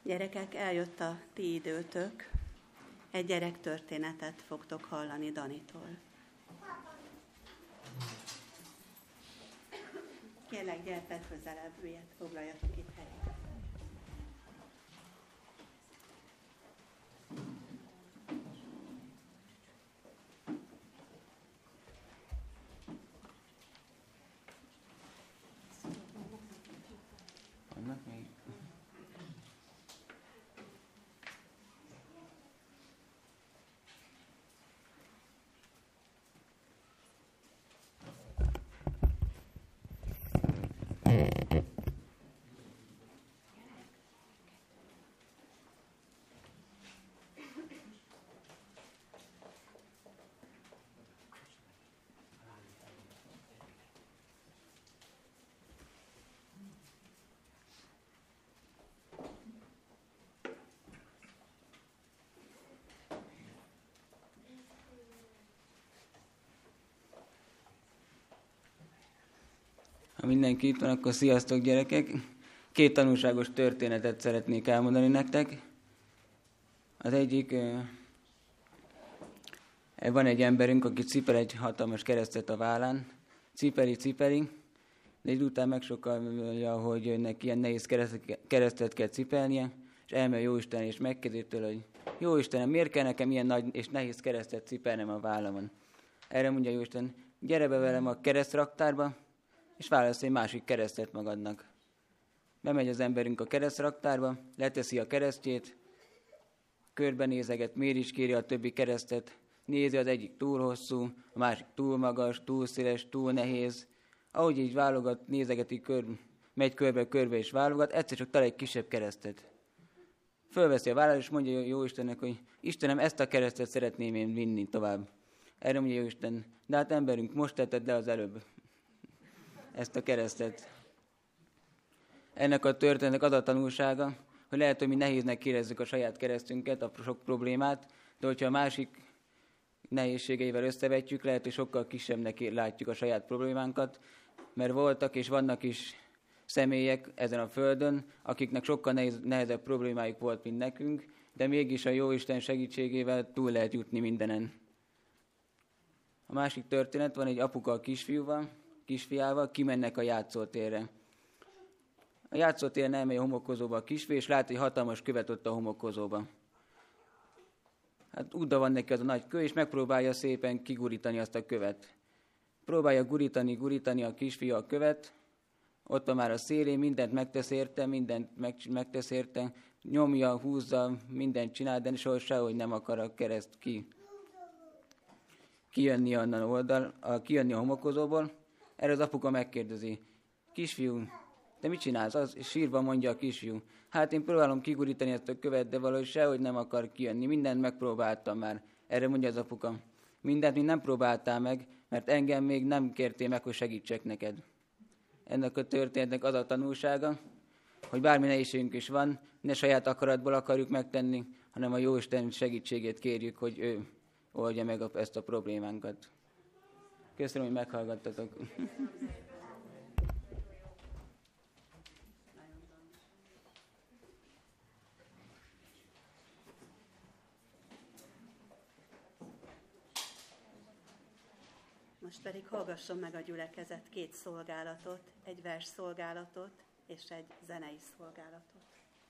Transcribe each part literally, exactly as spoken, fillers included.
Gyerekek, eljött a ti időtök. Egy gyerek történetet fogtok hallani Danitól. Kérlek, gyertek közelebb, üljet, foglaljatok itt helyet. Vannak még? Ha mindenki itt van, akkor sziasztok gyerekek! Két tanulságos történetet szeretnék elmondani nektek. Az egyik, van egy emberünk, aki cipel egy hatalmas keresztet a vállán. Cipeli, cipeli, de egy után megsokkalja, hogy neki ilyen nehéz keresztet kell cipelnie, és elmegy Jóisten és megkérdezi tőle, hogy Jóistenem, miért kell nekem ilyen nagy és nehéz keresztet cipelnem a vállamon? Erre mondja Jóisten, gyere be velem a keresztraktárba, és válasz egy másik keresztet magadnak. Bemegy az emberünk a keresztraktárba, leteszi a keresztjét, körbenézeget, mériskéri a többi keresztet, nézi, az egyik túl hosszú, a másik túl magas, túl széles, túl nehéz. Ahogy így válogat, nézegeti, kör, megy körbe-körbe és válogat, egyszer csak talál egy kisebb keresztet. Fölveszi a vállát, és mondja Jóistennek, hogy Istenem, ezt a keresztet szeretném én vinni tovább. Erre mondja Jóisten, de hát emberünk, most tetted le az előbb ezt a keresztet. Ennek a történetnek az a tanulsága, hogy lehet, hogy mi nehéznek érezzük a saját keresztünket, a sok problémát, de hogyha a másik nehézségeivel összevetjük, lehet, hogy sokkal kisebbnek látjuk a saját problémánkat, mert voltak és vannak is személyek ezen a földön, akiknek sokkal nehéz, nehezebb problémájuk volt, mint nekünk, de mégis a Jóisten segítségével túl lehet jutni mindenen. A másik történet, van egy apuka a kisfiúval, kisfiával, kimennek a játszótérre. A játszótéren elmegy a homokozóba a kisfiú, és lát egy hatalmas követ ott a homokozóba. Hát útba van neki az a nagy kő, és megpróbálja szépen kigurítani azt a követ. Próbálja gurítani, gurítani a kisfiú a követ, ott van már a szélén, mindent megtesz érte, mindent meg, megtesz érte, nyomja, húzza, mindent csinál, de soha sehogy nem akar a kereszt ki. Kijönni onnan oldal, a, kijönni a homokozóból. Erre az apuka megkérdezi, kisfiú, te mit csinálsz? Az sírva mondja a kisfiú. Hát én próbálom kigurítani ezt a követ, de valahogy sehogy nem akar kijönni. Mindent megpróbáltam már. Erre mondja az apuka. Mindent még nem próbáltál meg, mert engem még nem kértél meg, hogy segítsek neked. Ennek a történetnek az a tanulsága, hogy bármi nehézségünk is van, ne saját akaratból akarjuk megtenni, hanem a Jóisten segítségét kérjük, hogy ő oldja meg ezt a problémánkat. Köszönöm, hogy meghallgattatok. Most pedig hallgasson meg a gyülekezet két szolgálatot, egy vers szolgálatot és egy zenei szolgálatot.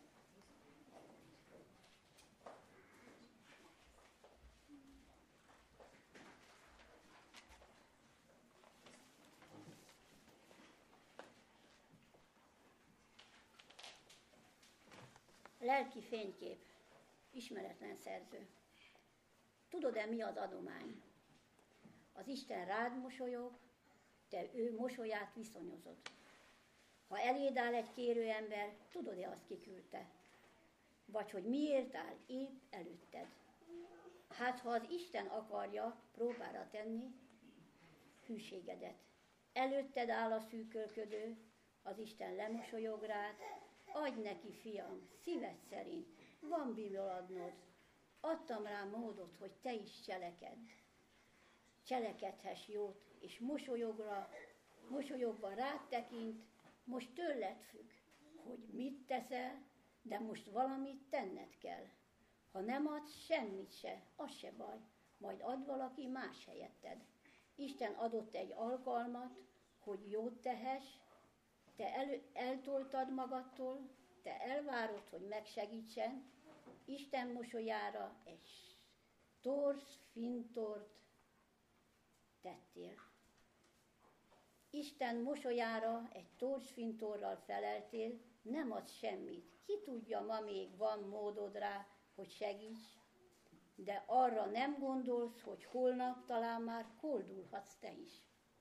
Lelki fénykép, ismeretlen szerző. Tudod-e, mi az adomány? Az Isten rád mosolyog, te ő mosolyát viszonyozod. Ha eléd áll egy kérő ember, tudod-e, azt kiküldte? Vagy hogy miért áll épp előtted? Hát, ha az Isten akarja próbára tenni hűségedet. Előtted áll a szűkölködő, az Isten lemosolyog rád, adj neki, fiam, szíved szerint, van miből adnod. Adtam rá módot, hogy te is cselekedd. Cselekedhess jót, és mosolyogra, mosolyogva rád tekint, most tőled függ, hogy mit teszel, de most valamit tenned kell. Ha nem adsz semmit se, az se baj, majd ad valaki más helyetted. Isten adott egy alkalmat, hogy jót tehess, te el, eltoltad magadtól, te elvárod, hogy megsegítsen, Isten mosolyára egy torz fintort tettél. Isten mosolyára egy torzsfintorral feleltél, nem adsz semmit. Ki tudja, ma még van módod rá, hogy segíts, de arra nem gondolsz, hogy holnap talán már koldulhatsz te is.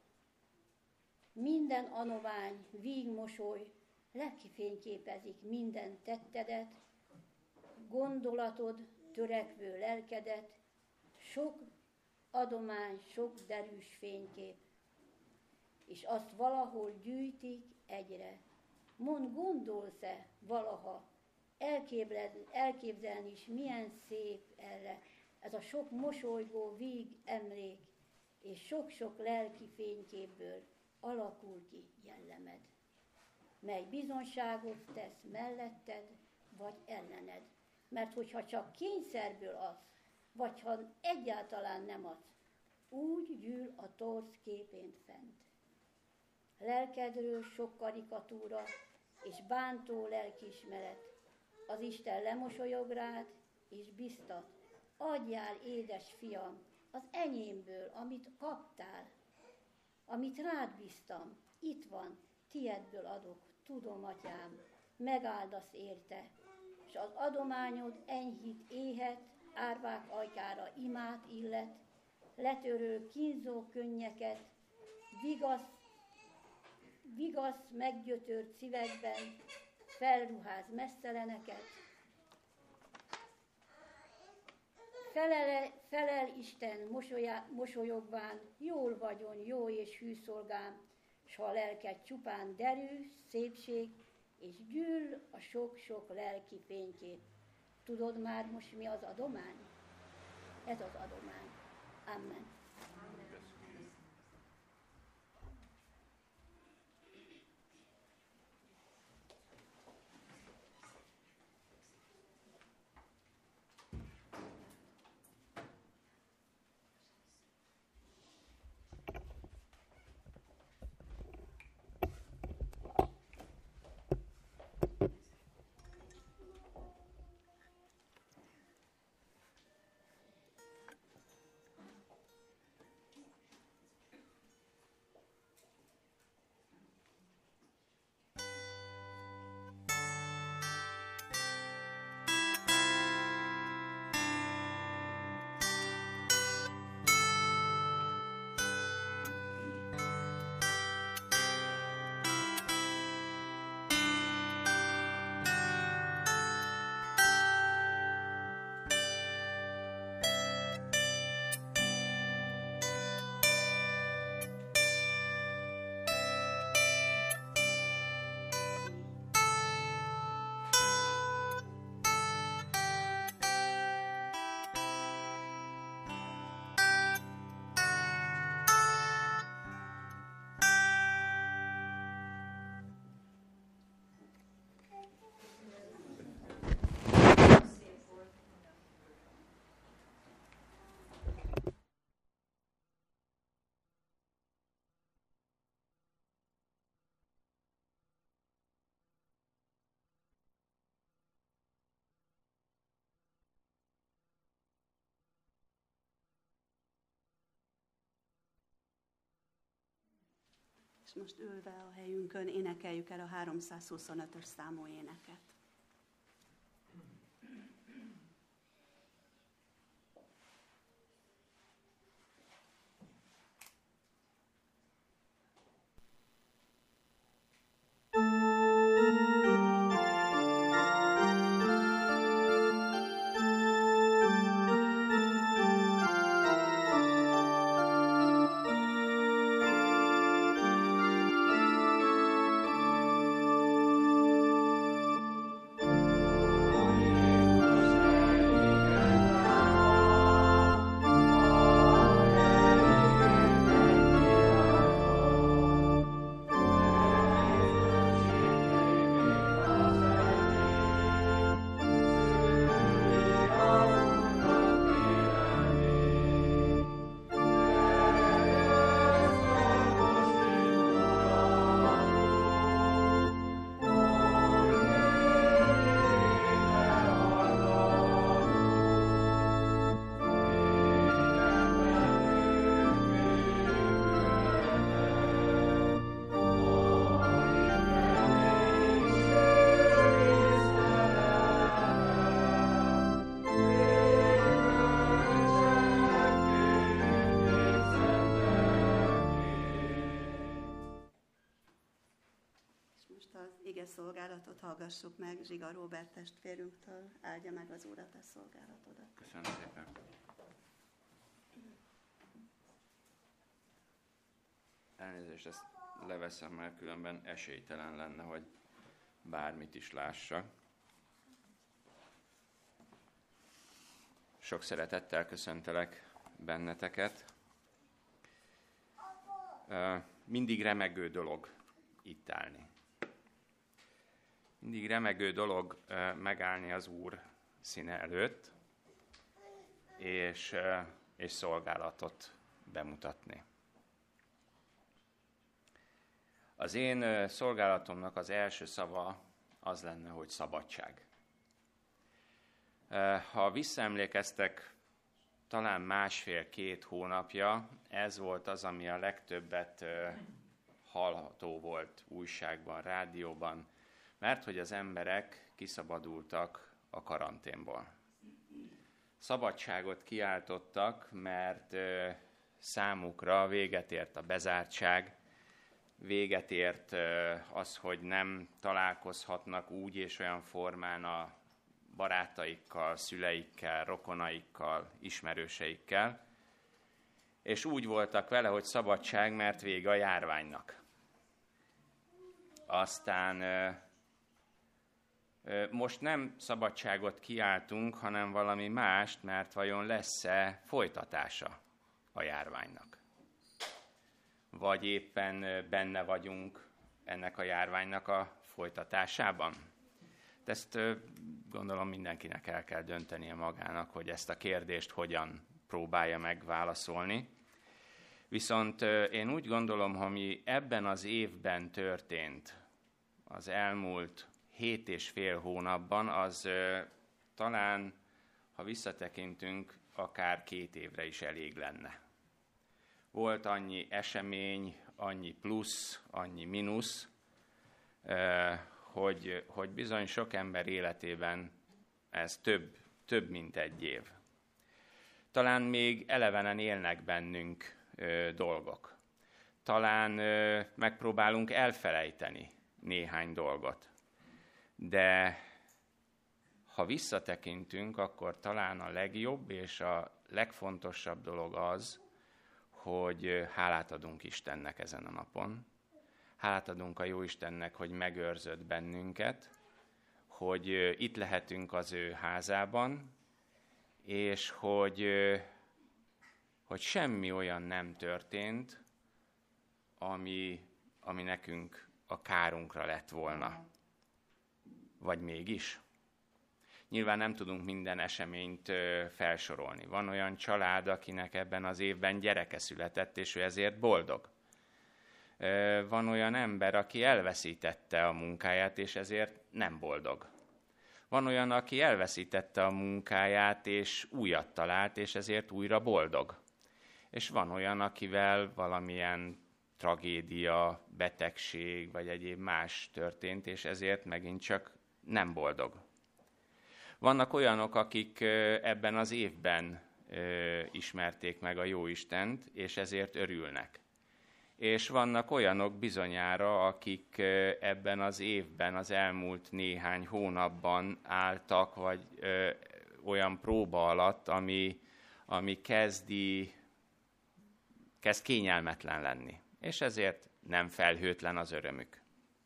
Minden anovány, vígmosoly lekifényképezik minden tettedet, gondolatod, törekvő lelkedet, sok adomány, sok derűs fénykép, és azt valahol gyűjtik egyre. Mondd, gondolsz-e valaha, elképzelni is milyen szép erre, ez a sok mosolygó víg emlék, és sok-sok lelki fényképből alakul ki jellemed, mely bizonságot tesz melletted, vagy ellened. Mert hogyha csak kényszerből adsz, vagy ha egyáltalán nem adsz, úgy gyűl a torz képén fent. Lelkedről sok karikatúra és bántó lelkiismeret, az Isten lemosolyog rád, és biztat, adjál, édes fiam, az enyémből, amit kaptál, amit rád bíztam, itt van, tiedből adok, tudom, atyám, megáldasz érte, és az adományod enyhít éhet, árvák ajkára imát illet, letörő kínzó könnyeket, vigasz, vigasz meggyötört szívekben, felruház messzeleneket. Felele, felel Isten mosolyá, mosolyogván, jól vagyon, jó és hű szolgám, s ha a lelked csupán derű, szépség, és gyűl a sok-sok lelki fénykép. Tudod már most mi az adomány? Ez az adomány. Amen. És most ülve a helyünkön énekeljük el a háromszázhuszonötös számú éneket. az ige szolgálatot hallgassuk meg Zsiga Róbert testvérünktől. Áldja meg az Úr a te szolgálatodat. Köszönöm szépen. Elnézést, ezt leveszem, mert különben esélytelen lenne, hogy bármit is lássak. Sok szeretettel köszöntelek benneteket. Mindig remegő dolog itt állni. Mindig remegő dolog megállni az Úr színe előtt, és, és szolgálatot bemutatni. Az én szolgálatomnak az első szava az lenne, hogy szabadság. Ha visszaemlékeztek, talán másfél-két hónapja, ez volt az, ami a legtöbbet hallható volt újságban, rádióban, mert hogy az emberek kiszabadultak a karanténból. Szabadságot kiáltottak, mert számukra véget ért a bezártság, véget ért az, hogy nem találkozhatnak úgy és olyan formán a barátaikkal, szüleikkel, rokonaikkal, ismerőseikkel, és úgy voltak vele, hogy szabadság, mert vége a járványnak. Aztán most nem szabadságot kiáltunk, hanem valami mást, mert vajon lesz-e folytatása a járványnak? Vagy éppen benne vagyunk ennek a járványnak a folytatásában? Ezt gondolom mindenkinek el kell döntenie magának, hogy ezt a kérdést hogyan próbálja megválaszolni. Viszont én úgy gondolom, hogy ami ebben az évben történt, az elmúlt hét és fél hónapban, az talán, ha visszatekintünk, akár két évre is elég lenne. Volt annyi esemény, annyi plusz, annyi mínusz, hogy, hogy bizony sok ember életében ez több, több mint egy év. Talán még elevenen élnek bennünk ö, dolgok. Talán ö, megpróbálunk elfelejteni néhány dolgot. De ha visszatekintünk, akkor talán a legjobb és a legfontosabb dolog az, hogy hálát adunk Istennek ezen a napon. Hálát adunk a Jóistennek, hogy megőrzött bennünket, hogy itt lehetünk az ő házában, és hogy, hogy semmi olyan nem történt, ami, ami nekünk a kárunkra lett volna. Vagy mégis? Nyilván nem tudunk minden eseményt felsorolni. Van olyan család, akinek ebben az évben gyereke született, és ő ezért boldog. Van olyan ember, aki elveszítette a munkáját, és ezért nem boldog. Van olyan, aki elveszítette a munkáját, és újat talált, és ezért újra boldog. És van olyan, akivel valamilyen tragédia, betegség, vagy egyéb más történt, és ezért megint csak nem boldog. Vannak olyanok, akik ebben az évben ismerték meg a Jóistent, és ezért örülnek. És vannak olyanok bizonyára, akik ebben az évben, az elmúlt néhány hónapban álltak, vagy ö, olyan próba alatt, ami, ami kezdi, kezd kényelmetlen lenni. És ezért nem felhőtlen az örömük.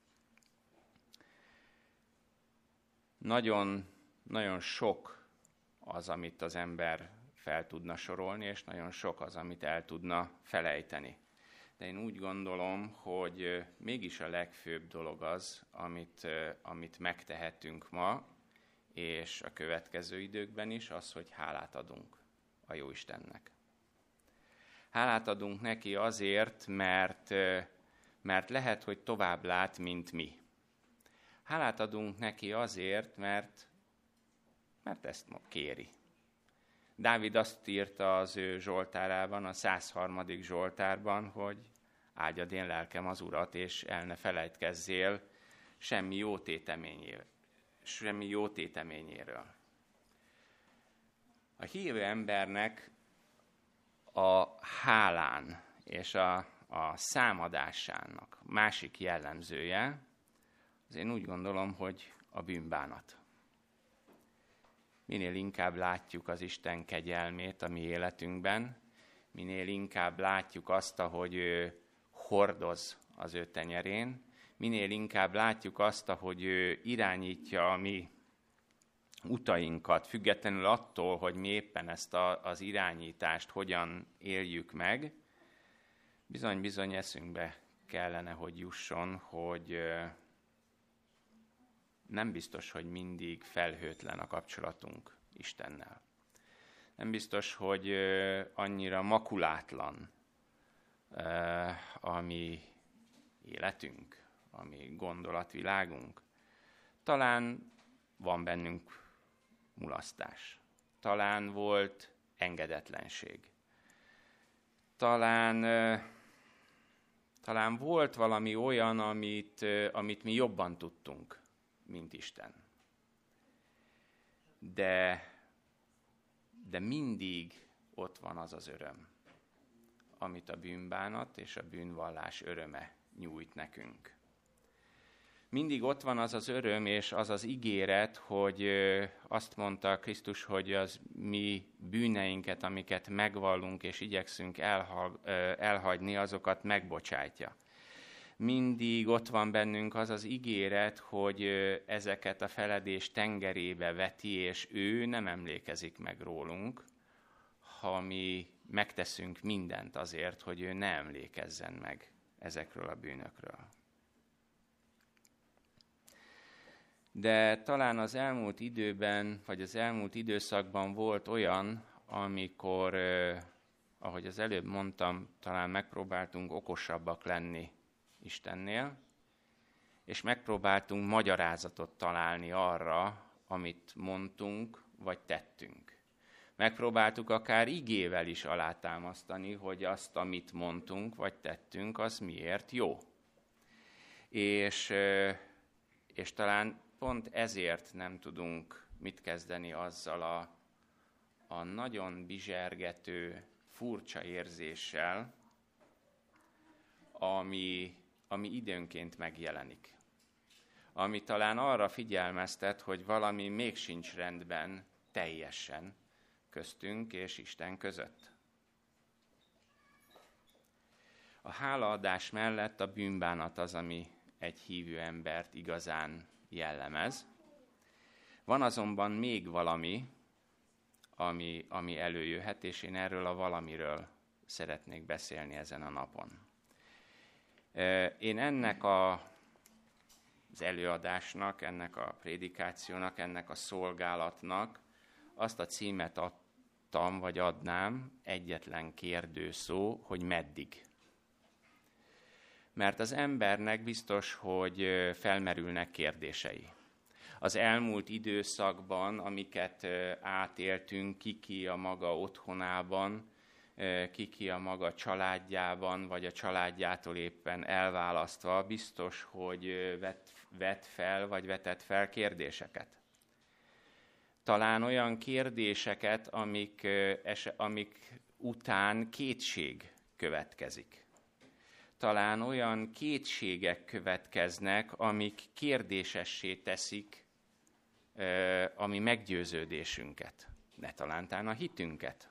Nagyon, nagyon sok az, amit az ember fel tudna sorolni, és nagyon sok az, amit el tudna felejteni. De én úgy gondolom, hogy mégis a legfőbb dolog az, amit, amit megtehetünk ma, és a következő időkben is, az, hogy hálát adunk a Jóistennek. Hálát adunk neki azért, mert, mert lehet, hogy tovább lát, mint mi. Hálát adunk neki azért, mert, mert ezt ma kéri. Dávid azt írta az ő zsoltárában, a száz harmadik zsoltárban, hogy áldjad én lelkem az Urat, és el ne felejtkezzél semmi jó téteményéről. Semmi jó téteményéről. A hívő embernek a hálán és a, a számadásának másik jellemzője az én úgy gondolom, hogy a bűnbánat. Minél inkább látjuk az Isten kegyelmét a mi életünkben, minél inkább látjuk azt, ahogy ő hordoz az ő tenyerén, minél inkább látjuk azt, ahogy ő irányítja a mi utainkat, függetlenül attól, hogy mi éppen ezt a, az irányítást hogyan éljük meg, bizony-bizony eszünkbe kellene, hogy jusson, hogy nem biztos, hogy mindig felhőtlen a kapcsolatunk Istennel. Nem biztos, hogy annyira makulátlan a mi életünk, a mi gondolatvilágunk. Talán van bennünk mulasztás. Talán volt engedetlenség. Talán, talán volt valami olyan, amit, amit mi jobban tudtunk, mint Isten. De, de mindig ott van az az öröm, amit a bűnbánat és a bűnvallás öröme nyújt nekünk. Mindig ott van az az öröm és az az ígéret, hogy azt mondta Krisztus, hogy az mi bűneinket, amiket megvallunk és igyekszünk elhagyni, azokat megbocsátja. Mindig ott van bennünk az az ígéret, hogy ezeket a feledés tengerébe veti, és ő nem emlékezik meg rólunk, ha mi megteszünk mindent azért, hogy ő ne emlékezzen meg ezekről a bűnökről. De talán az elmúlt időben, vagy az elmúlt időszakban volt olyan, amikor, ahogy az előbb mondtam, talán megpróbáltunk okosabbak lenni Istennél, és megpróbáltunk magyarázatot találni arra, amit mondtunk, vagy tettünk. Megpróbáltuk akár igével is alátámasztani, hogy azt, amit mondtunk, vagy tettünk, az miért jó. És, és talán pont ezért nem tudunk mit kezdeni azzal a, a nagyon bizsergető, furcsa érzéssel, ami, ami időnként megjelenik. Ami talán arra figyelmeztet, hogy valami még sincs rendben teljesen köztünk és Isten között. A hálaadás mellett a bűnbánat az, ami egy hívő embert igazán jellemez. Van azonban még valami, ami, ami előjöhet, és én erről a valamiről szeretnék beszélni ezen a napon. Én ennek a, az előadásnak, ennek a prédikációnak, ennek a szolgálatnak azt a címet adtam, vagy adnám, egyetlen kérdőszó, hogy meddig. Mert az embernek biztos, hogy felmerülnek kérdései. Az elmúlt időszakban, amiket átéltünk, kiki a maga otthonában, kiki a maga családjában, vagy a családjától éppen elválasztva, biztos, hogy vet, vet fel, vagy vetett fel kérdéseket. Talán olyan kérdéseket, amik, amik után kétség következik. Talán olyan kétségek következnek, amik kérdésessé teszik a mi meggyőződésünket, ne talántán a hitünket.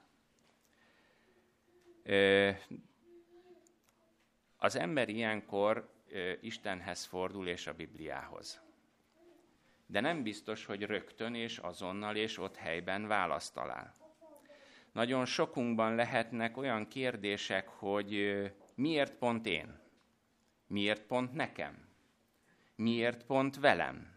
Az ember ilyenkor Istenhez fordul és a Bibliához. De nem biztos, hogy rögtön és azonnal és ott helyben választ talál. Nagyon sokunkban lehetnek olyan kérdések, hogy miért pont én? Miért pont nekem? Miért pont velem?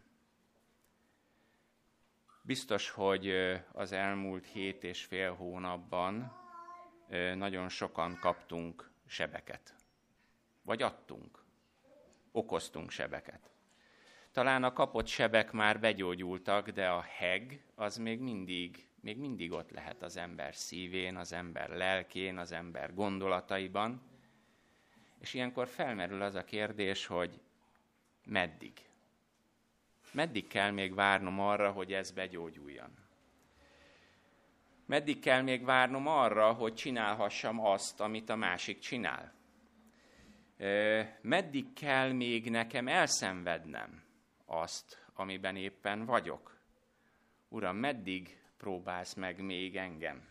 Biztos, hogy az elmúlt hét és fél hónapban nagyon sokan kaptunk sebeket. Vagy adtunk. Okoztunk sebeket. Talán a kapott sebek már begyógyultak, de a heg az még mindig, még mindig ott lehet az ember szívén, az ember lelkén, az ember gondolataiban. És ilyenkor felmerül az a kérdés, hogy meddig? Meddig kell még várnom arra, hogy ez begyógyuljon? Meddig kell még várnom arra, hogy csinálhassam azt, amit a másik csinál? Meddig kell még nekem elszenvednem azt, amiben éppen vagyok? Uram, meddig próbálsz meg még engem?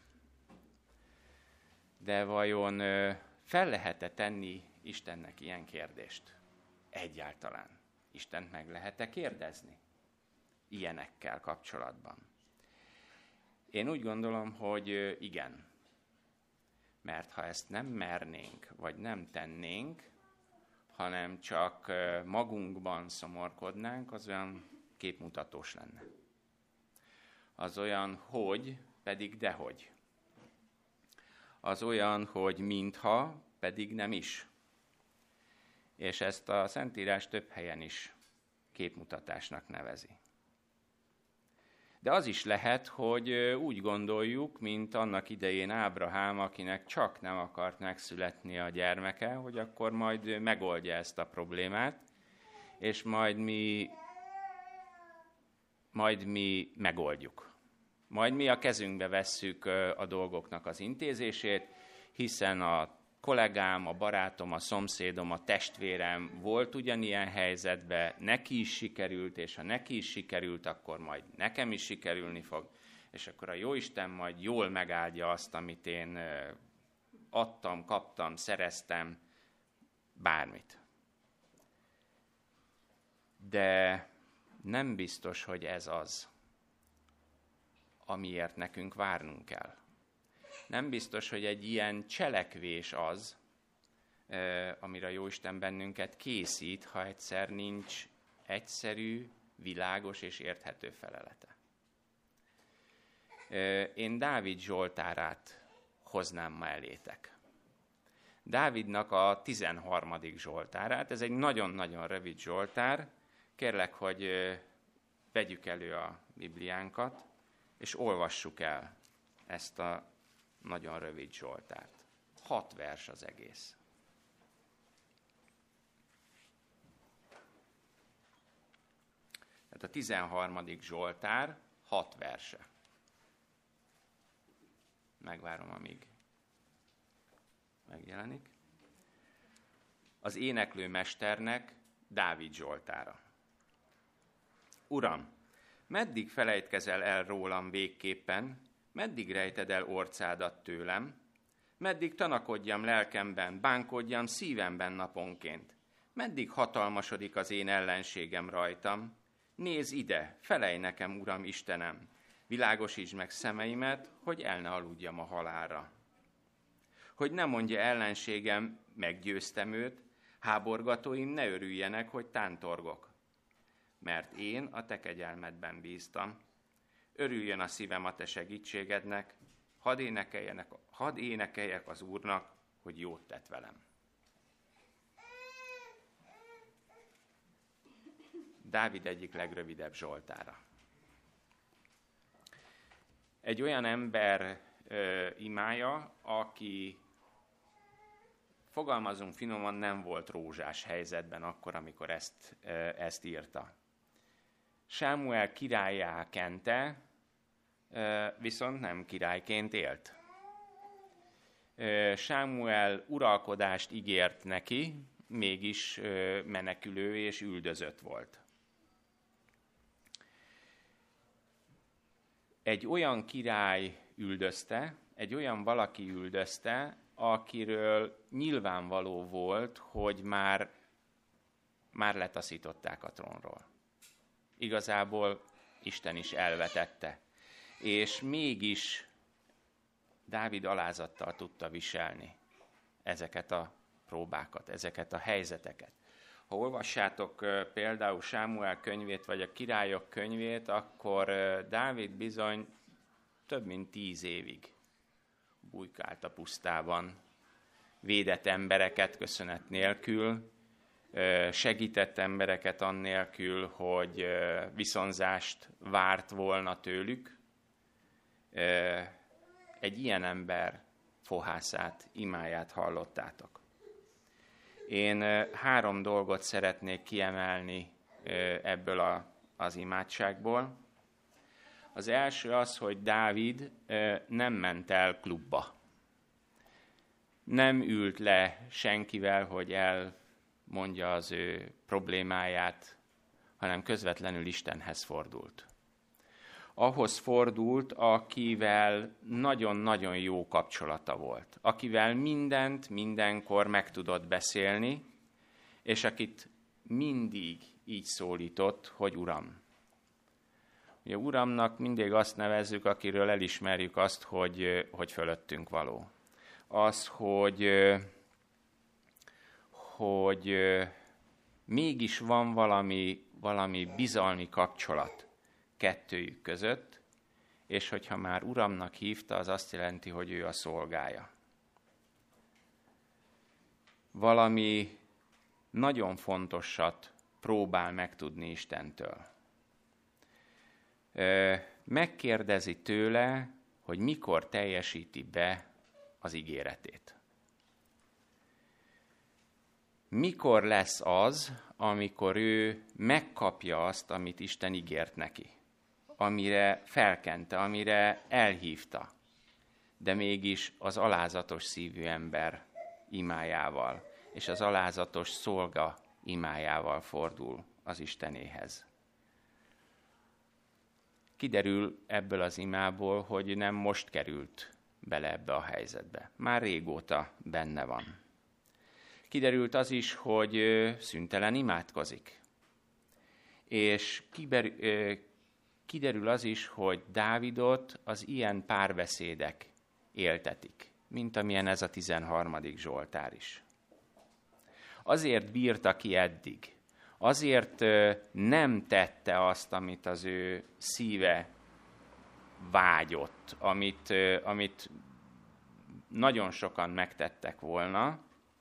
De vajon fel lehet-e tenni Istennek ilyen kérdést? Egyáltalán. Istent meg lehet-e kérdezni ilyenekkel kapcsolatban? Én úgy gondolom, hogy igen. Mert ha ezt nem mernénk, vagy nem tennénk, hanem csak magunkban szomorkodnánk, az olyan képmutatós lenne. Az olyan, hogy, pedig dehogy. Az olyan, hogy mintha, pedig nem is. És ezt a Szentírás több helyen is képmutatásnak nevezi. De az is lehet, hogy úgy gondoljuk, mint annak idején Ábrahám, akinek csak nem akart megszületni a gyermeke, hogy akkor majd megoldja ezt a problémát, és majd mi, majd mi megoldjuk. Majd mi a kezünkbe vesszük a dolgoknak az intézését, hiszen a kollégám, a barátom, a szomszédom, a testvérem volt ugyanilyen helyzetben, neki is sikerült, és ha neki is sikerült, akkor majd nekem is sikerülni fog, és akkor a Jóisten majd jól megáldja azt, amit én adtam, kaptam, szereztem, bármit. De nem biztos, hogy ez az, amiért nekünk várnunk kell. Nem biztos, hogy egy ilyen cselekvés az, amire a Jóisten bennünket készít, ha egyszer nincs egyszerű, világos és érthető felelete. Én Dávid Zsoltárát hoznám ma elétek. Dávidnak a tizenharmadik Zsoltárát, ez egy nagyon-nagyon rövid Zsoltár. Kérlek, hogy vegyük elő a Bibliánkat, és olvassuk el ezt a nagyon rövid Zsoltárt. Hat vers az egész. Tehát a tizenharmadik Zsoltár hat verse. Megvárom, amíg megjelenik. Az éneklő mesternek Dávid Zsoltára. Uram, meddig felejtkezel el rólam végképpen, meddig rejted el orcádat tőlem, meddig tanakodjam lelkemben, bánkodjam szívemben naponként, meddig hatalmasodik az én ellenségem rajtam. Nézz ide, felej nekem, Uram Istenem, világosítsd meg szemeimet, hogy el ne aludjam a halálra. Hogy ne mondja ellenségem, meggyőztem őt, háborgatóim ne örüljenek, hogy tántorgok. Mert én a te kegyelmedben bíztam. Örüljön a szívem a te segítségednek, hadd énekeljenek, hadd énekeljek az Úrnak, hogy jót tett velem. Dávid egyik legrövidebb zsoltára. Egy olyan ember ö, imája, aki, fogalmazunk finoman, nem volt rózsás helyzetben akkor, amikor ezt, ö, ezt írta. Sámuel királlyá kente, ö, viszont nem királyként élt. Ö, Sámuel uralkodást ígért neki, mégis ö, menekülő és üldözött volt. Egy olyan király üldözte, egy olyan valaki üldözte, akiről nyilvánvaló volt, hogy már, már letaszították a trónról. Igazából Isten is elvetette. És mégis Dávid alázattal tudta viselni ezeket a próbákat, ezeket a helyzeteket. Ha olvassátok például Sámuel könyvét, vagy a Királyok könyvét, akkor Dávid bizony több mint tíz évig bujkált a pusztában, védett embereket köszönet nélkül, segített embereket annélkül, hogy viszonzást várt volna tőlük. Egy ilyen ember fohászát, imáját hallottátok. Én három dolgot szeretnék kiemelni ebből a, az imádságból. Az első az, hogy Dávid nem ment el klubba. Nem ült le senkivel, hogy elmondja az ő problémáját, hanem közvetlenül Istenhez fordult. Ahhoz fordult, akivel nagyon-nagyon jó kapcsolata volt, akivel mindent, mindenkor meg tudott beszélni, és akit mindig így szólított, hogy Uram. Ugye Uramnak mindig azt nevezzük, akiről elismerjük azt, hogy, hogy fölöttünk való. Az, hogy, hogy mégis van valami, valami bizalmi kapcsolat kettőjük között, és hogyha már Uramnak hívta, az azt jelenti, hogy ő a szolgája. Valami nagyon fontosat próbál megtudni Istentől. Megkérdezi tőle, hogy mikor teljesíti be az ígéretét. Mikor lesz az, amikor ő megkapja azt, amit Isten ígért neki, amire felkente, amire elhívta, de mégis az alázatos szívű ember imájával és az alázatos szolga imájával fordul az Istenéhez. Kiderül ebből az imából, hogy nem most került bele ebbe a helyzetbe. Már régóta benne van. Kiderült az is, hogy szüntelen imádkozik. És kiber, kiderül az is, hogy Dávidot az ilyen párbeszédek éltetik, mint amilyen ez a tizenharmadik Zsoltár is. Azért bírta ki eddig, azért nem tette azt, amit az ő szíve vágyott, amit, amit nagyon sokan megtettek volna,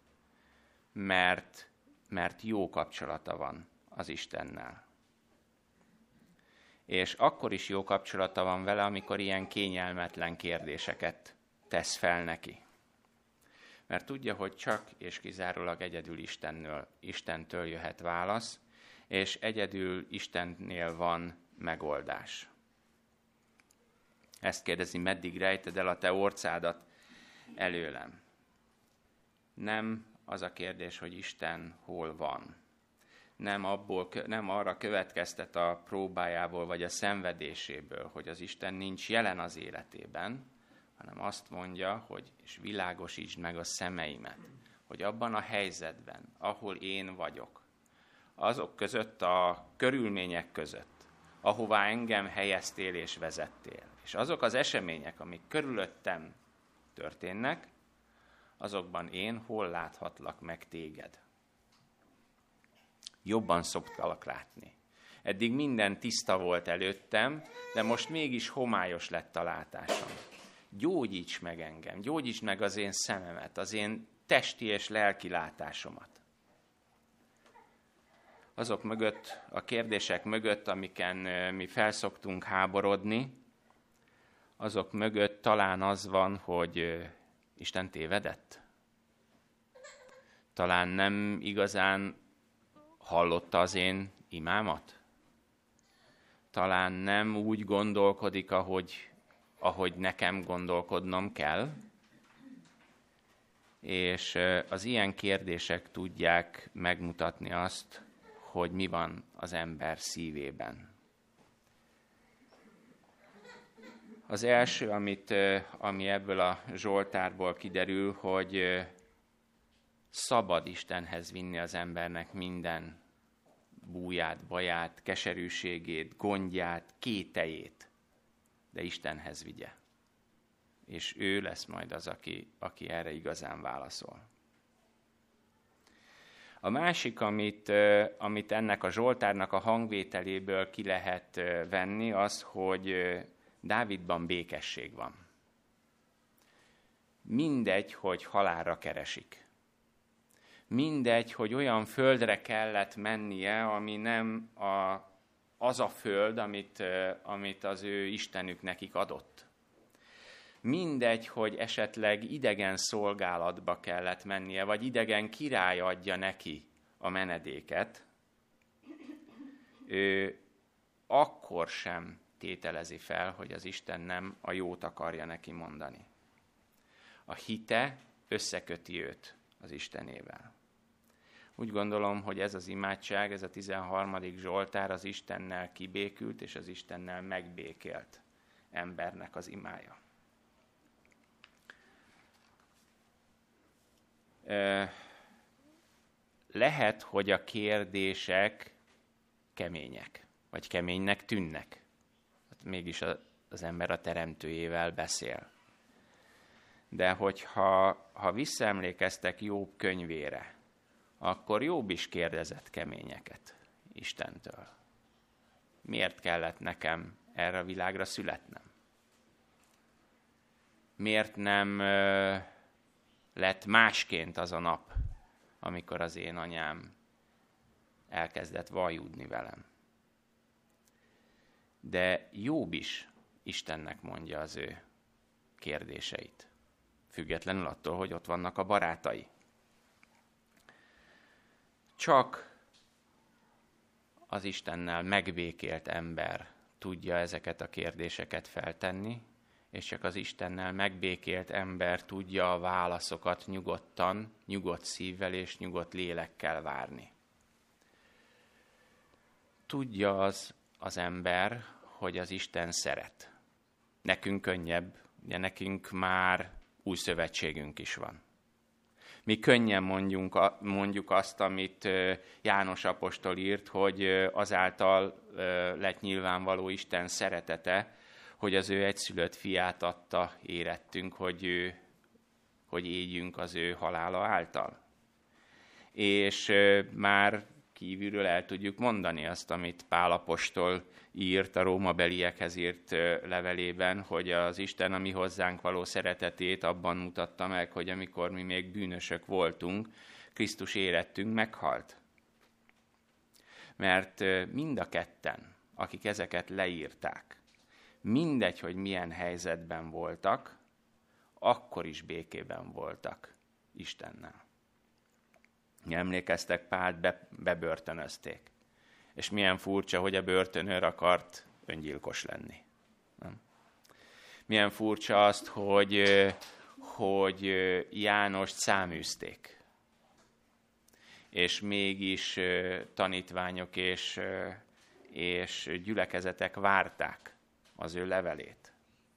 mert, mert jó kapcsolata van az Istennel. És akkor is jó kapcsolata van vele, amikor ilyen kényelmetlen kérdéseket tesz fel neki. Mert tudja, hogy csak és kizárólag egyedül Istennől, Istentől jöhet válasz, és egyedül Istennél van megoldás. Ezt kérdezi, meddig rejted el a te orcádat előlem? Nem az a kérdés, hogy Isten hol van. Nem, abból, nem arra következtet a próbájából, vagy a szenvedéséből, hogy az Isten nincs jelen az életében, hanem azt mondja, hogy és világosítsd meg a szemeimet, hogy abban a helyzetben, ahol én vagyok, azok között a körülmények között, ahová engem helyeztél és vezettél, és azok az események, amik körülöttem történnek, azokban én hol láthatlak meg téged. Jobban szoktalak látni. Eddig minden tiszta volt előttem, de most mégis homályos lett a látásom. Gyógyíts meg engem, gyógyíts meg az én szememet, az én testi és lelki látásomat. Azok mögött, a kérdések mögött, amiken mi felszoktunk háborodni, azok mögött talán az van, hogy Isten tévedett. Talán nem igazán hallotta az én imámat. Talán nem úgy gondolkodik, ahogy, ahogy nekem gondolkodnom kell. És az ilyen kérdések tudják megmutatni azt, hogy mi van az ember szívében. Az első, amit, ami ebből a Zsoltárból kiderül, hogy szabad Istenhez vinni az embernek minden búját, baját, keserűségét, gondját, kételyét, de Istenhez vigye. És ő lesz majd az, aki, aki erre igazán válaszol. A másik, amit, amit ennek a Zsoltárnak a hangvételéből ki lehet venni, az, hogy Dávidban békesség van. Mindegy, hogy halálra keresik. Mindegy, hogy olyan földre kellett mennie, ami nem a, az a föld, amit, amit az ő Istenük nekik adott. Mindegy, hogy esetleg idegen szolgálatba kellett mennie, vagy idegen király adja neki a menedéket, ő akkor sem tételezi fel, hogy az Isten nem a jót akarja neki mondani. A hite összeköti őt az Istenével. Úgy gondolom, hogy ez az imádság, ez a tizenharmadik Zsoltár az Istennel kibékült és az Istennel megbékélt embernek az imája. Lehet, hogy a kérdések kemények, vagy keménynek tűnnek. Mégis az ember a teremtőjével beszél. De hogyha ha visszaemlékeztek Jobb könyvére, akkor Jobb is kérdezett keményeket Istentől. Miért kellett nekem erre a világra születnem? Miért nem ö, lett másként az a nap, amikor az én anyám elkezdett vajúdni velem? De Jobb is Istennek mondja az ő kérdéseit, függetlenül attól, hogy ott vannak a barátai. Csak az Istennel megbékélt ember tudja ezeket a kérdéseket feltenni, és csak az Istennel megbékélt ember tudja a válaszokat nyugodtan, nyugodt szívvel és nyugodt lélekkel várni. Tudja az az ember, hogy az Isten szeret. Nekünk könnyebb, ugye nekünk már új szövetségünk is van. Mi könnyen mondjunk, mondjuk azt, amit János apostol írt, hogy azáltal lett nyilvánvaló Isten szeretete, hogy az ő egyszülött fiát adta érettünk, hogy, ő, hogy éljünk az ő halála által. És már kívülről el tudjuk mondani azt, amit Pál apostol írt a rómabeliekhez írt levelében, hogy az Isten a mi hozzánk való szeretetét abban mutatta meg, hogy amikor mi még bűnösök voltunk, Krisztus érettünk meghalt. Mert mind a ketten, akik ezeket leírták, mindegy, hogy milyen helyzetben voltak, akkor is békében voltak Istennel. Emlékeztek, Pált be, bebörtönözték. És milyen furcsa, hogy a börtönőr akart öngyilkos lenni. Nem? Milyen furcsa azt, hogy, hogy Jánost száműzték. És mégis tanítványok és, és gyülekezetek várták az ő levelét.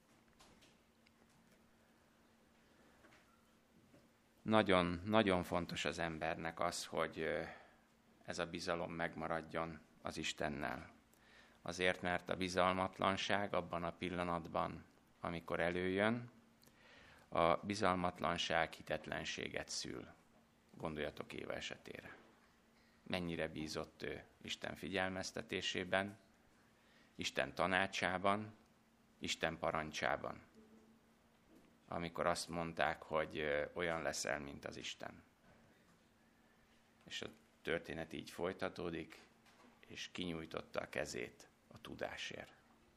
Nagyon, nagyon fontos az embernek az, hogy ez a bizalom megmaradjon az Istennel. Azért, mert a bizalmatlanság abban a pillanatban, amikor előjön, a bizalmatlanság hitetlenséget szül. Gondoljatok Éva esetére. Mennyire bízott ő Isten figyelmeztetésében, Isten tanácsában, Isten parancsában. Amikor azt mondták, hogy olyan leszel, mint az Isten. És a történet így folytatódik, és kinyújtotta a kezét a tudásért.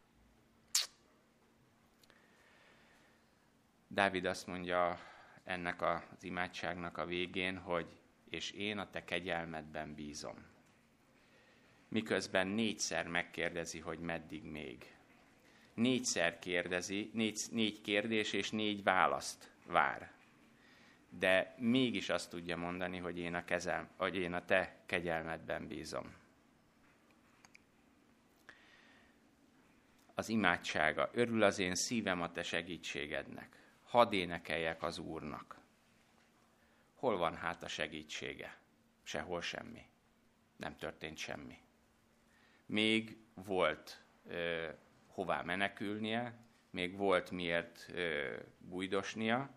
Dávid azt mondja ennek az imádságnak a végén, hogy és én a te kegyelmedben bízom. Miközben négyszer megkérdezi, hogy meddig még. Négyszer kérdezi, négy, négy kérdés és négy választ vár. De mégis azt tudja mondani, hogy én a, kezem, hogy én a te kegyelmedben bízom. Az imádsága. Örül az én szívem a te segítségednek. Hadd énekeljek az Úrnak. Hol van hát a segítsége? Sehol semmi. Nem történt semmi. Még volt ö, hová menekülnie, még volt miért ö, bújdosnia,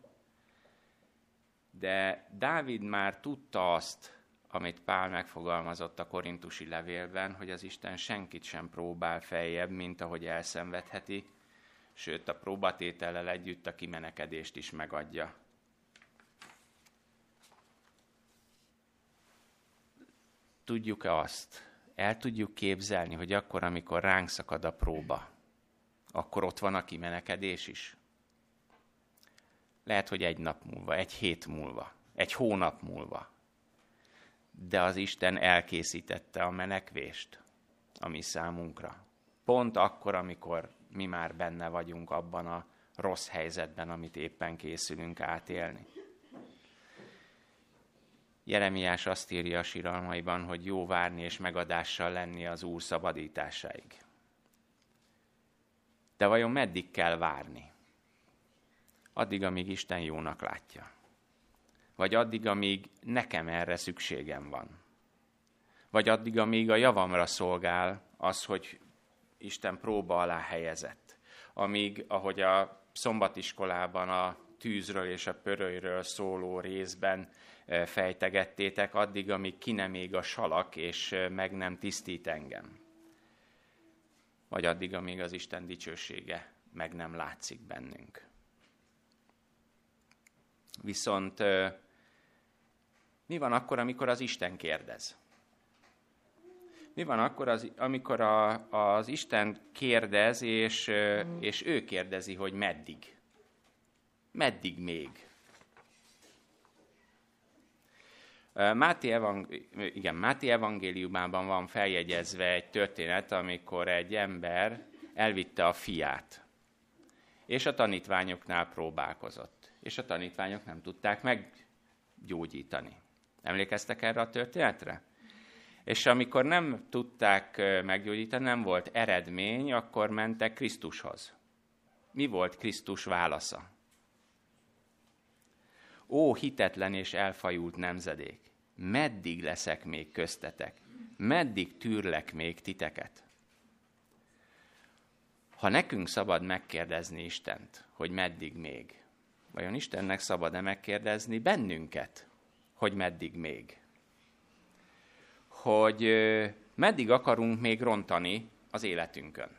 de Dávid már tudta azt, amit Pál megfogalmazott a korintusi levélben, hogy az Isten senkit sem próbál feljebb, mint ahogy elszenvedheti, sőt a próbatétellel együtt a kimenekedést is megadja. Tudjuk-e azt, el tudjuk képzelni, hogy akkor, amikor ránk szakad a próba, akkor ott van a kimenekedés is? Lehet, hogy egy nap múlva, egy hét múlva, egy hónap múlva. De az Isten elkészítette a menekvést a mi számunkra. Pont akkor, amikor mi már benne vagyunk abban a rossz helyzetben, amit éppen készülünk átélni. Jeremiás azt írja a síralmaiban, hogy jó várni és megadással lenni az Úr szabadításáig. De vajon meddig kell várni? Addig, amíg Isten jónak látja. Vagy addig, amíg nekem erre szükségem van. Vagy addig, amíg a javamra szolgál az, hogy Isten próba alá helyezett. Amíg, ahogy a szombatiskolában a tűzről és a pörölyről szóló részben fejtegettétek, addig, amíg ki nem ég a salak, és meg nem tisztít engem. Vagy addig, amíg az Isten dicsősége meg nem látszik bennünk. Viszont mi van akkor, amikor az Isten kérdez? Mi van akkor, az, amikor a, az Isten kérdez, és, és ő kérdezi, hogy meddig? Meddig még? Máté, evang, igen, Máté evangéliumában van feljegyezve egy történet, amikor egy ember elvitte a fiát, és a tanítványoknál próbálkozott, és a tanítványok nem tudták meggyógyítani. Emlékeztek erre a történetre? És amikor nem tudták meggyógyítani, nem volt eredmény, akkor mentek Krisztushoz. Mi volt Krisztus válasza? Ó, hitetlen és elfajult nemzedék, meddig leszek még köztetek? Meddig tűrlek még titeket? Ha nekünk szabad megkérdezni Istent, hogy meddig még, vajon Istennek szabad-e megkérdezni bennünket, hogy meddig még? Hogy meddig akarunk még rontani az életünkön?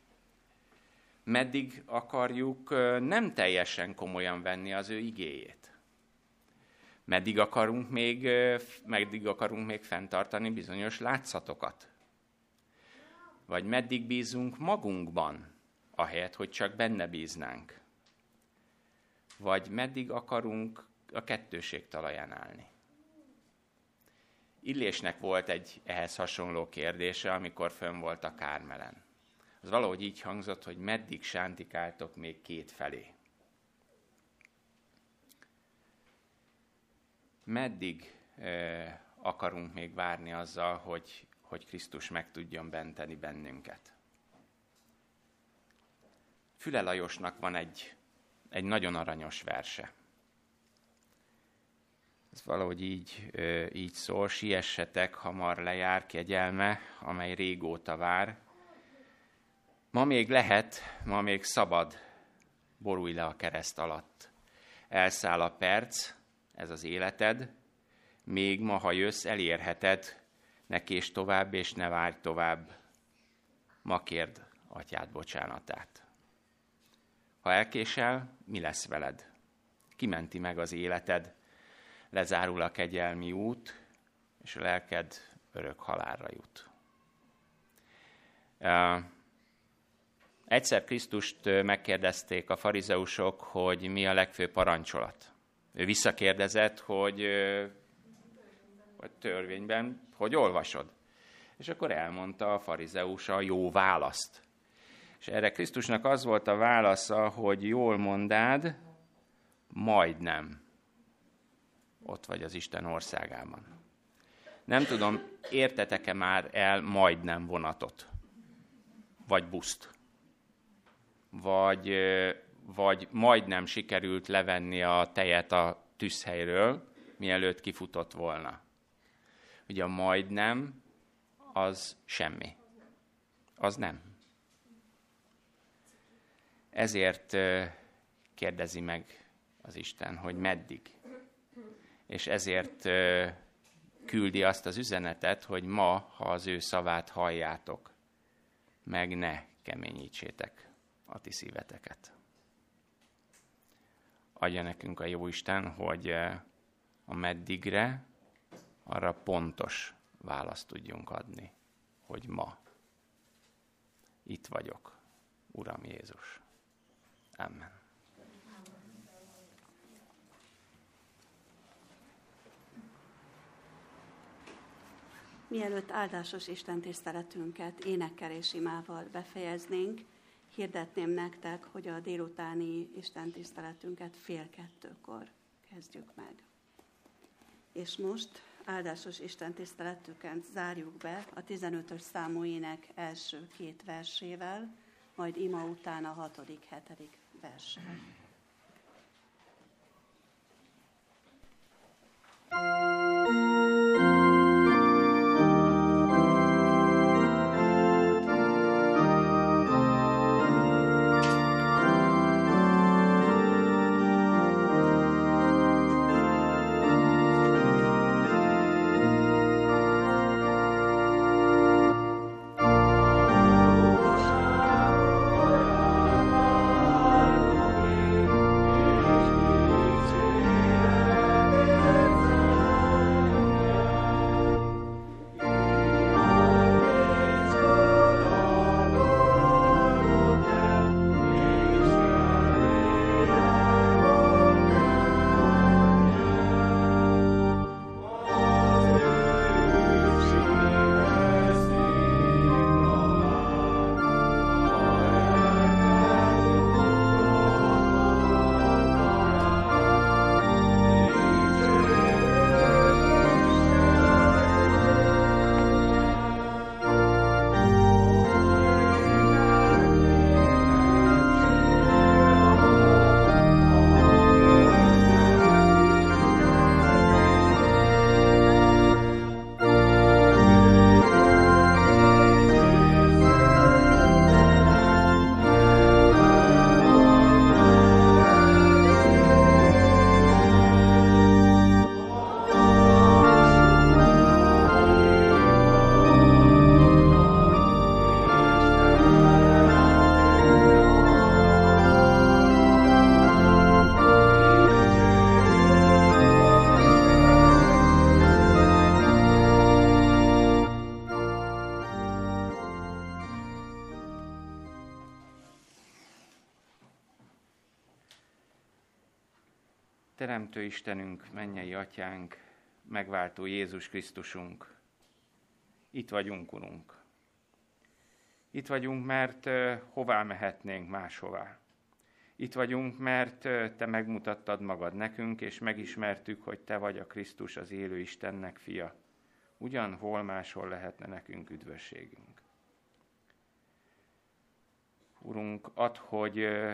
Meddig akarjuk nem teljesen komolyan venni az ő igéjét? Meddig akarunk még, meddig akarunk még fenntartani bizonyos látszatokat? Vagy meddig bízunk magunkban, ahelyett, hogy csak benne bíznánk? Vagy meddig akarunk a kettőség talaján állni? Illésnek volt egy ehhez hasonló kérdése, amikor fönn volt a Kármelen. Az valahogy így hangzott, hogy meddig sántikáltok még két felé? Meddig eh, akarunk még várni azzal, hogy, hogy Krisztus meg tudjon benteni bennünket? Füle Lajosnak van egy, egy nagyon aranyos verse. Ez valahogy így, eh, így szól: siessetek, hamar lejár kegyelme, amely régóta vár. Ma még lehet, ma még szabad, borulj le a kereszt alatt. Elszáll a perc, ez az életed, még ma, ha jössz, elérheted, ne késd tovább, és ne várj tovább. Ma kérd atyád bocsánatát. Ha elkésel, mi lesz veled? Kimenti meg az életed, lezárul a kegyelmi út, és a lelked örök halálra jut. Uh, egyszer Krisztust megkérdezték a farizeusok, hogy mi a legfőbb parancsolat. Ő visszakérdezett, hogy a törvényben, hogy olvasod. És akkor elmondta a farizeus a jó választ. És erre Krisztusnak az volt a válasza, hogy jól mondád, majdnem ott vagy az Isten országában. Nem tudom, értetek-e már el majdnem vonatot? Vagy buszt? Vagy... vagy majdnem sikerült levenni a tejet a tűzhelyről, mielőtt kifutott volna. Ugye a majdnem az semmi. Az nem. Ezért kérdezi meg az Isten, hogy meddig. És ezért küldi azt az üzenetet, hogy ma, ha az ő szavát halljátok, meg ne keményítsétek a ti szíveteket. Adja nekünk a Jóisten, hogy a meddigre arra pontos választ tudjunk adni, hogy ma itt vagyok, Uram Jézus. Amen. Mielőtt áldásos Isten tiszteletünket énekkel és imával befejeznénk, hirdetném nektek, hogy a délutáni Isten tiszteletünket fél kettőkor kezdjük meg. És most áldásos Isten tiszteletüket zárjuk be a tizenötös számú ének első két versével, majd ima után a hatodik, hetedik verssel. Teremtő Istenünk, mennyei Atyánk, megváltó Jézus Krisztusunk, itt vagyunk, Urunk. Itt vagyunk, mert uh, hová mehetnénk máshová. Itt vagyunk, mert uh, Te megmutattad magad nekünk, és megismertük, hogy Te vagy a Krisztus, az élő Istennek fia. Ugyan hol máshol lehetne nekünk üdvösségünk. Urunk, add, hogy, uh,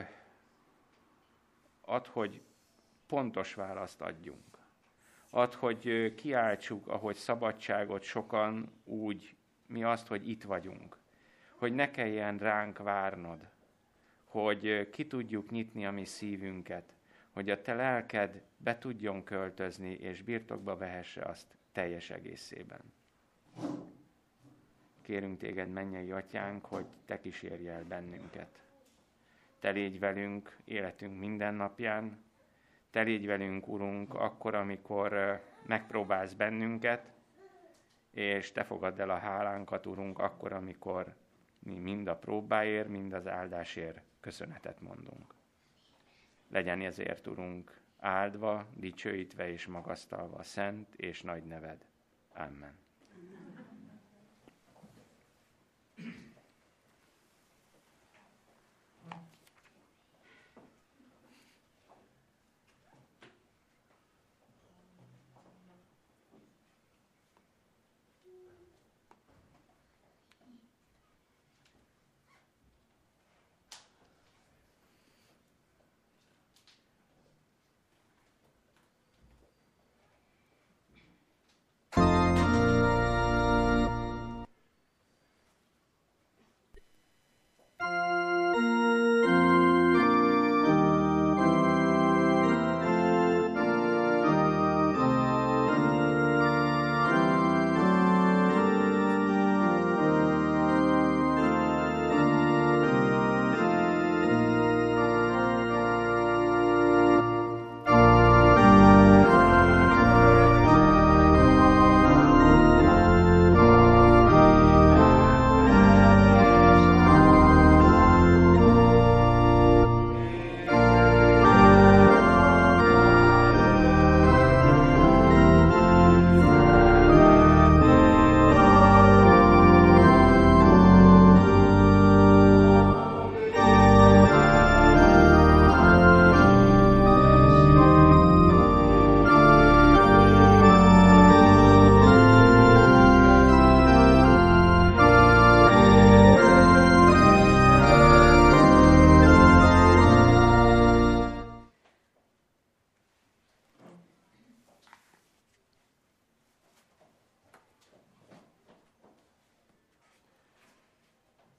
add, hogy pontos választ adjunk. Add, hogy kiáltsuk, ahogy szabadságot sokan, úgy mi azt, hogy itt vagyunk. Hogy ne kelljen ránk várnod. Hogy ki tudjuk nyitni a mi szívünket. Hogy a Te lelked be tudjon költözni, és birtokba vehesse azt teljes egészében. Kérünk Téged, mennyei Atyánk, hogy Te kísérj el bennünket. Te légy velünk életünk minden napján, Te légy velünk, Urunk, akkor, amikor megpróbálsz bennünket, és Te fogadd el a hálánkat, Urunk, akkor, amikor mi mind a próbáért, mind az áldásért köszönetet mondunk. Legyen ezért, Urunk, áldva, dicsőítve és magasztalva szent és nagy neved. Amen.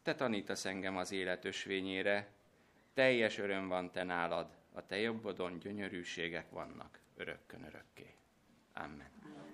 te tanítasz engem az élet ösvényére, teljes öröm van te nálad, a te jobbodon gyönyörűségek vannak örökkön örökké. Amen.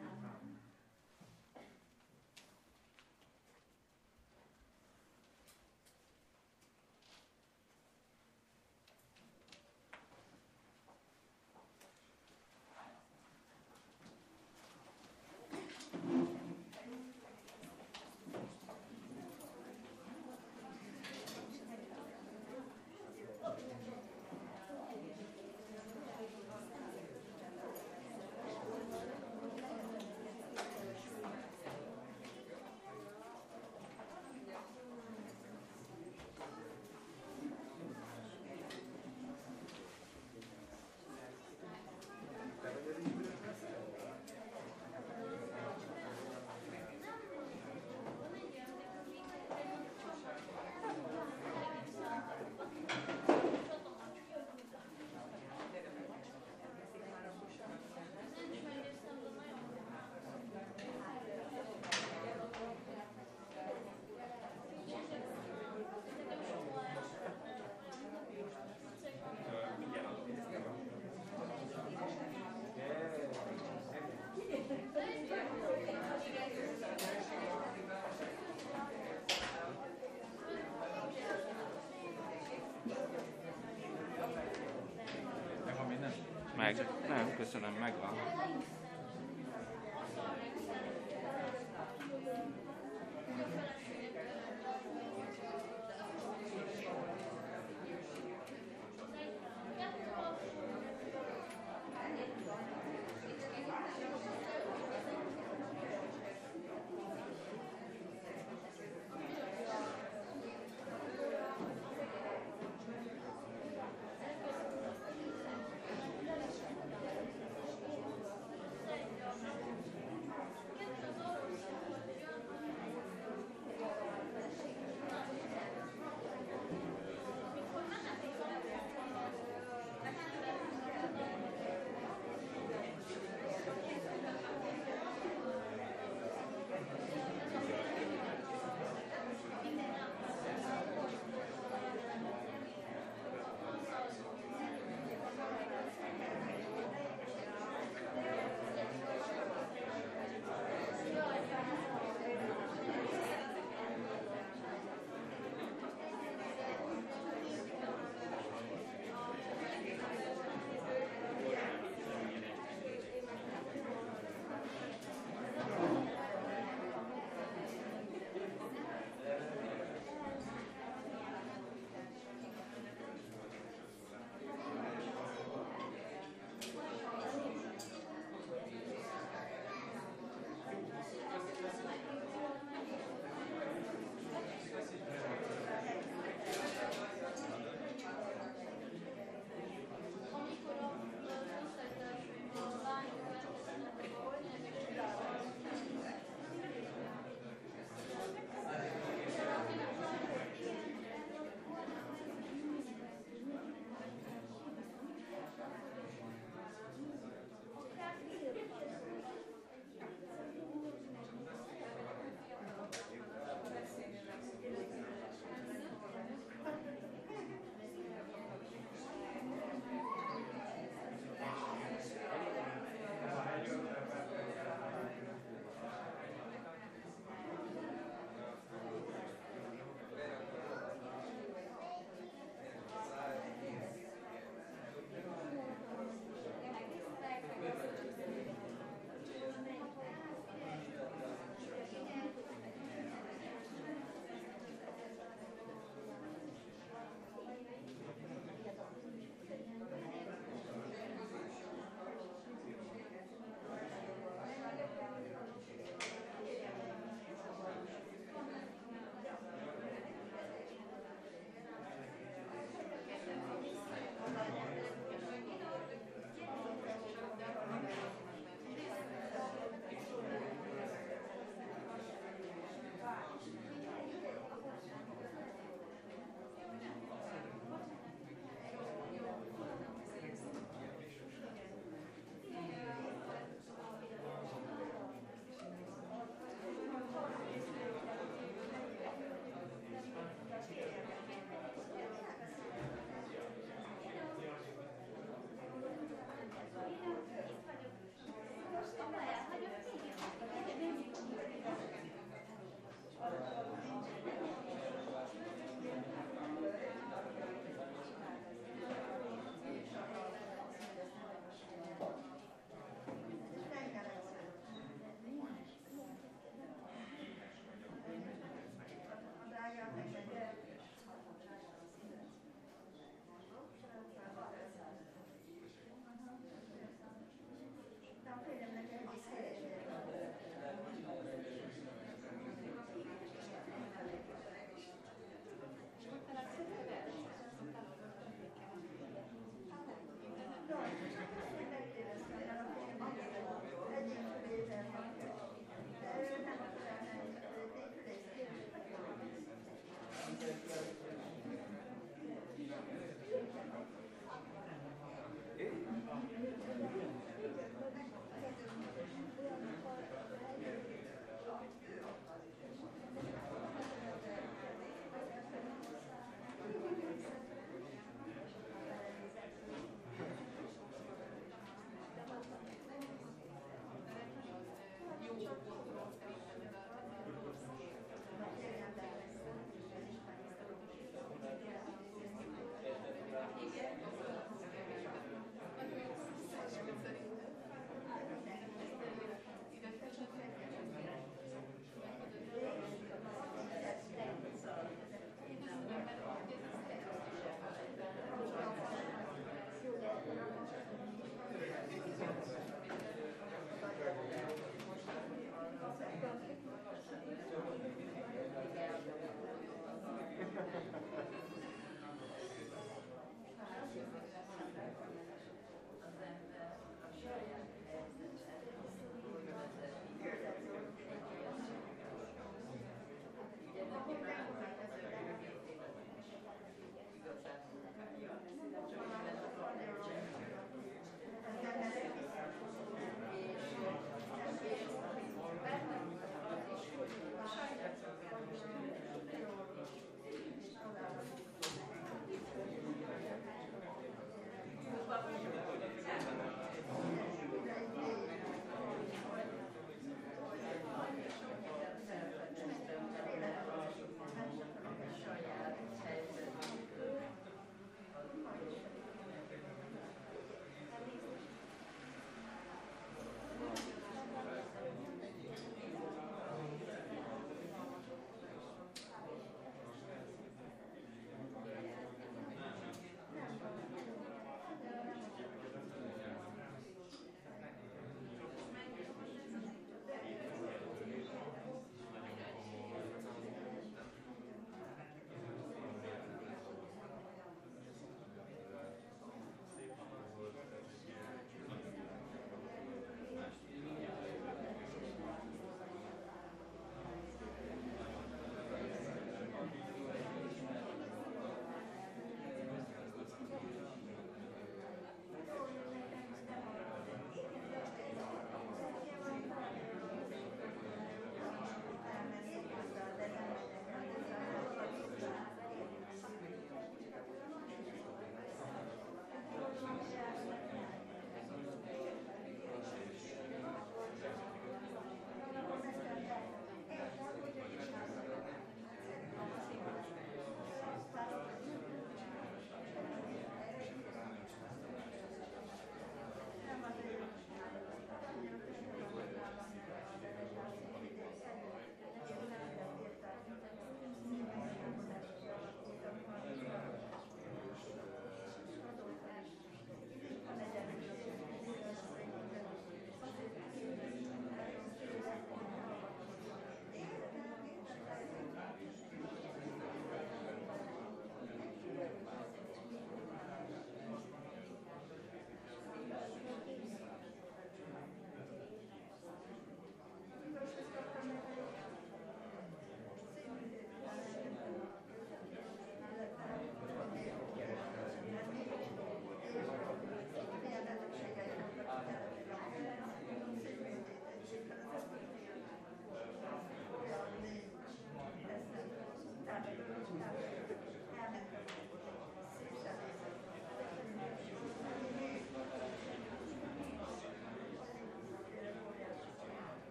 Meg, nem, köszönöm, megvan.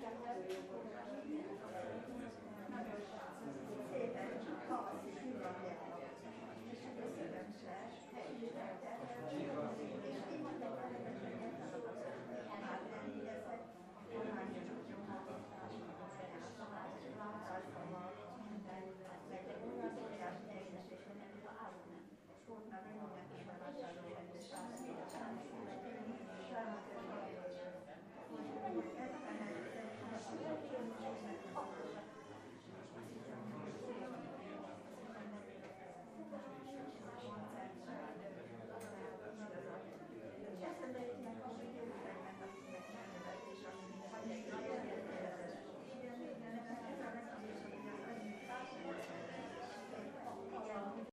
Szépen, havaszi, hűvös, és szépen